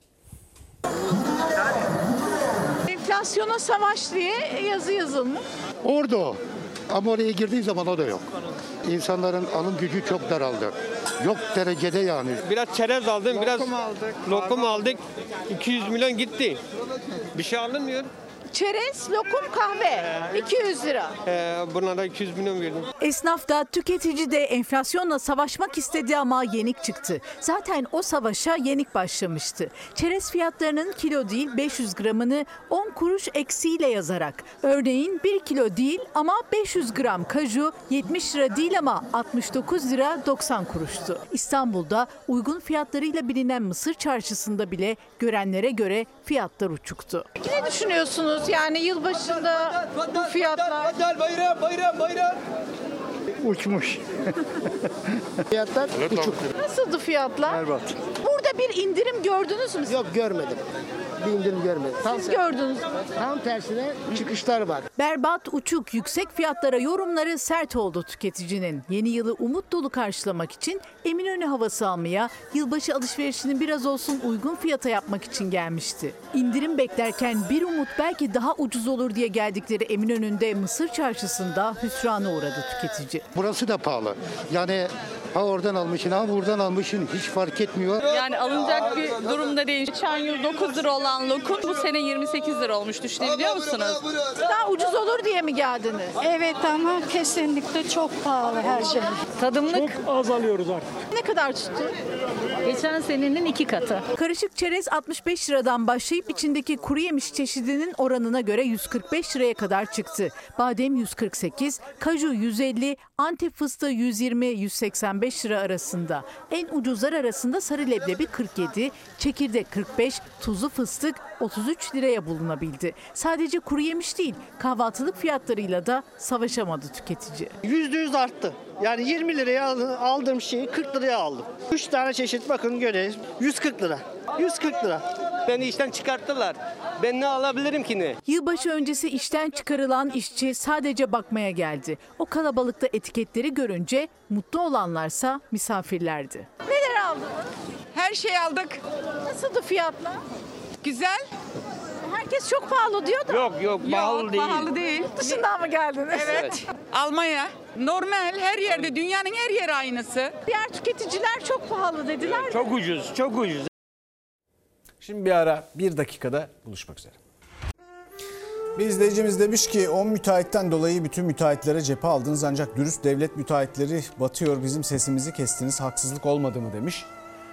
Enflasyona savaş diye yazı yazılmış. Orada o. Ama oraya girdiği zaman o da yok. İnsanların alım gücü çok daraldı. Yok derecede yani. Biraz çerez aldım, lokum biraz aldık, lokum aldık. iki yüz milyon gitti. Bir şey alınmıyor. Çerez, lokum, kahve iki yüz lira. Ee, buna da iki yüz milyon verdim. Esnaf da tüketici de enflasyonla savaşmak istedi ama yenik çıktı. Zaten o savaşa yenik başlamıştı. Çerez fiyatlarının kilo değil beş yüz gramını on kuruş eksiğiyle yazarak. Örneğin bir kilo değil ama beş yüz gram kaju yetmiş lira değil ama altmış dokuz lira doksan kuruştu. İstanbul'da uygun fiyatlarıyla bilinen Mısır Çarşısı'nda bile görenlere göre fiyatlar uçuktu. Ne düşünüyorsunuz? Yani yılbaşında bu fiyatlar... Bayram, bayram, bayram. Uçmuş. Fiyatlar uçuk. Nasıldı fiyatlar? Berbat. Burada bir indirim gördünüz mü? Yok görmedim. Bir indirim görmedim. Tam Siz gördünüz mü? Tam tersine çıkışlar var. Berbat, uçuk, yüksek fiyatlara yorumları sert oldu tüketicinin. Yeni yılı umut dolu karşılamak için Eminönü havası almaya, yılbaşı alışverişini biraz olsun uygun fiyata yapmak için gelmişti. İndirim beklerken bir umut belki daha ucuz olur diye geldikleri Eminönü'nde Mısır Çarşısı'nda hüsrana uğradı tüketici. Burası da pahalı. Yani ha oradan almışsın ha buradan almışsın hiç fark etmiyor. Yani alınacak bir durumda değil. Geçen yıl dokuz lira olan lokum bu sene yirmi sekiz lira olmuş. Düşünebiliyor musunuz? Daha ucuz olur diye mi geldiniz? Evet ama kesinlikle çok pahalı her şey. Tadımlık. Çok az alıyoruz artık. Ne kadar tuttu? Geçen senenin iki katı. Karışık çerez altmış beş liradan başlayıp içindeki kuru yemiş çeşidinin oranına göre yüz kırk beş liraya kadar çıktı. Badem yüz kırk sekiz, kaju yüz elli, Antep fıstığı yüz yirmi yüz seksen beş lira arasında. En ucuzlar arasında sarı leblebi kırk yedi, çekirdek kırk beş, tuzlu fıstık otuz üç liraya bulunabildi. Sadece kuru yemiş değil, kahvaltılık fiyatlarıyla da savaşamadı tüketici. yüzde yüz arttı. Yani yirmi liraya aldığım şeyi kırk liraya aldım. üç tane çeşit bakın göreyim. yüz kırk lira. yüz kırk lira. Beni işten çıkarttılar. Ben ne alabilirim ki ne? Yılbaşı öncesi işten çıkarılan işçi sadece bakmaya geldi. O kalabalıkta etiketleri görünce mutlu olanlarsa misafirlerdi. Neler aldınız? Her şey aldık. Nasıldı fiyatlar? Güzel. Herkes çok pahalı diyor da. Yok yok pahalı Yok, değil. pahalı değil. Dışından mı geldiniz? Evet. Almanya. Normal her yerde, dünyanın her yeri aynısı. Diğer tüketiciler çok pahalı dediler. Çok ucuz, çok ucuz. Şimdi bir ara bir dakikada buluşmak üzere. Bir izleyicimiz demiş ki on müteahhitten dolayı bütün müteahhitlere cephe aldınız ancak dürüst devlet müteahhitleri batıyor, bizim sesimizi kestiniz, haksızlık olmadı mı demiş.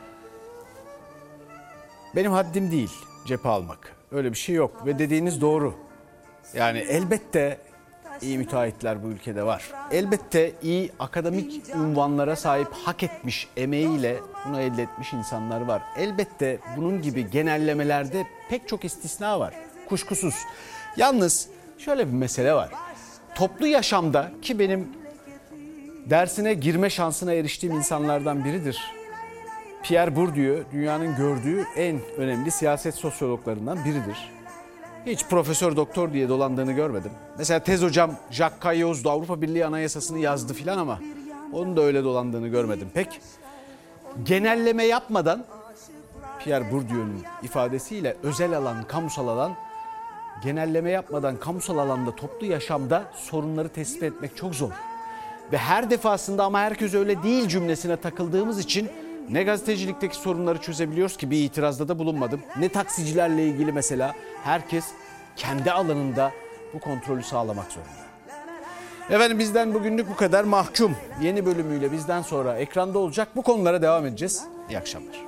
Benim haddim değil cephe almak. Öyle bir şey yok ve dediğiniz doğru. Yani elbette iyi müteahhitler bu ülkede var. Elbette iyi akademik unvanlara sahip, hak etmiş, emeğiyle bunu elde etmiş insanlar var. Elbette bunun gibi genellemelerde pek çok istisna var. Kuşkusuz. Yalnız şöyle bir mesele var. Toplu yaşamda, ki benim dersine girme şansına eriştiğim insanlardan biridir Pierre Bourdieu, dünyanın gördüğü en önemli siyaset sosyologlarından biridir. Hiç profesör doktor diye dolandığını görmedim. Mesela tez hocam Jacques Caillaux da Avrupa Birliği Anayasası'nı yazdı filan ama onun da öyle dolandığını görmedim pek. Genelleme yapmadan Pierre Bourdieu'nun ifadesiyle özel alan, kamusal alan, genelleme yapmadan kamusal alanda, toplu yaşamda sorunları tespit etmek çok zor. Ve her defasında ama herkes öyle değil cümlesine takıldığımız için ne gazetecilikteki sorunları çözebiliyoruz ki, bir itirazda da bulunmadım. Ne taksicilerle ilgili mesela, herkes kendi alanında bu kontrolü sağlamak zorunda. Efendim bizden bugünlük bu kadar. Mahkum yeni bölümüyle bizden sonra ekranda olacak. Bu konulara devam edeceğiz. İyi akşamlar.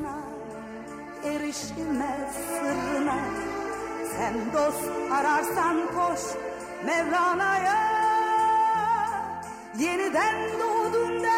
Erişilmez sırrına, sen dost ararsan koş Mevlana'ya, yeniden doğdun der.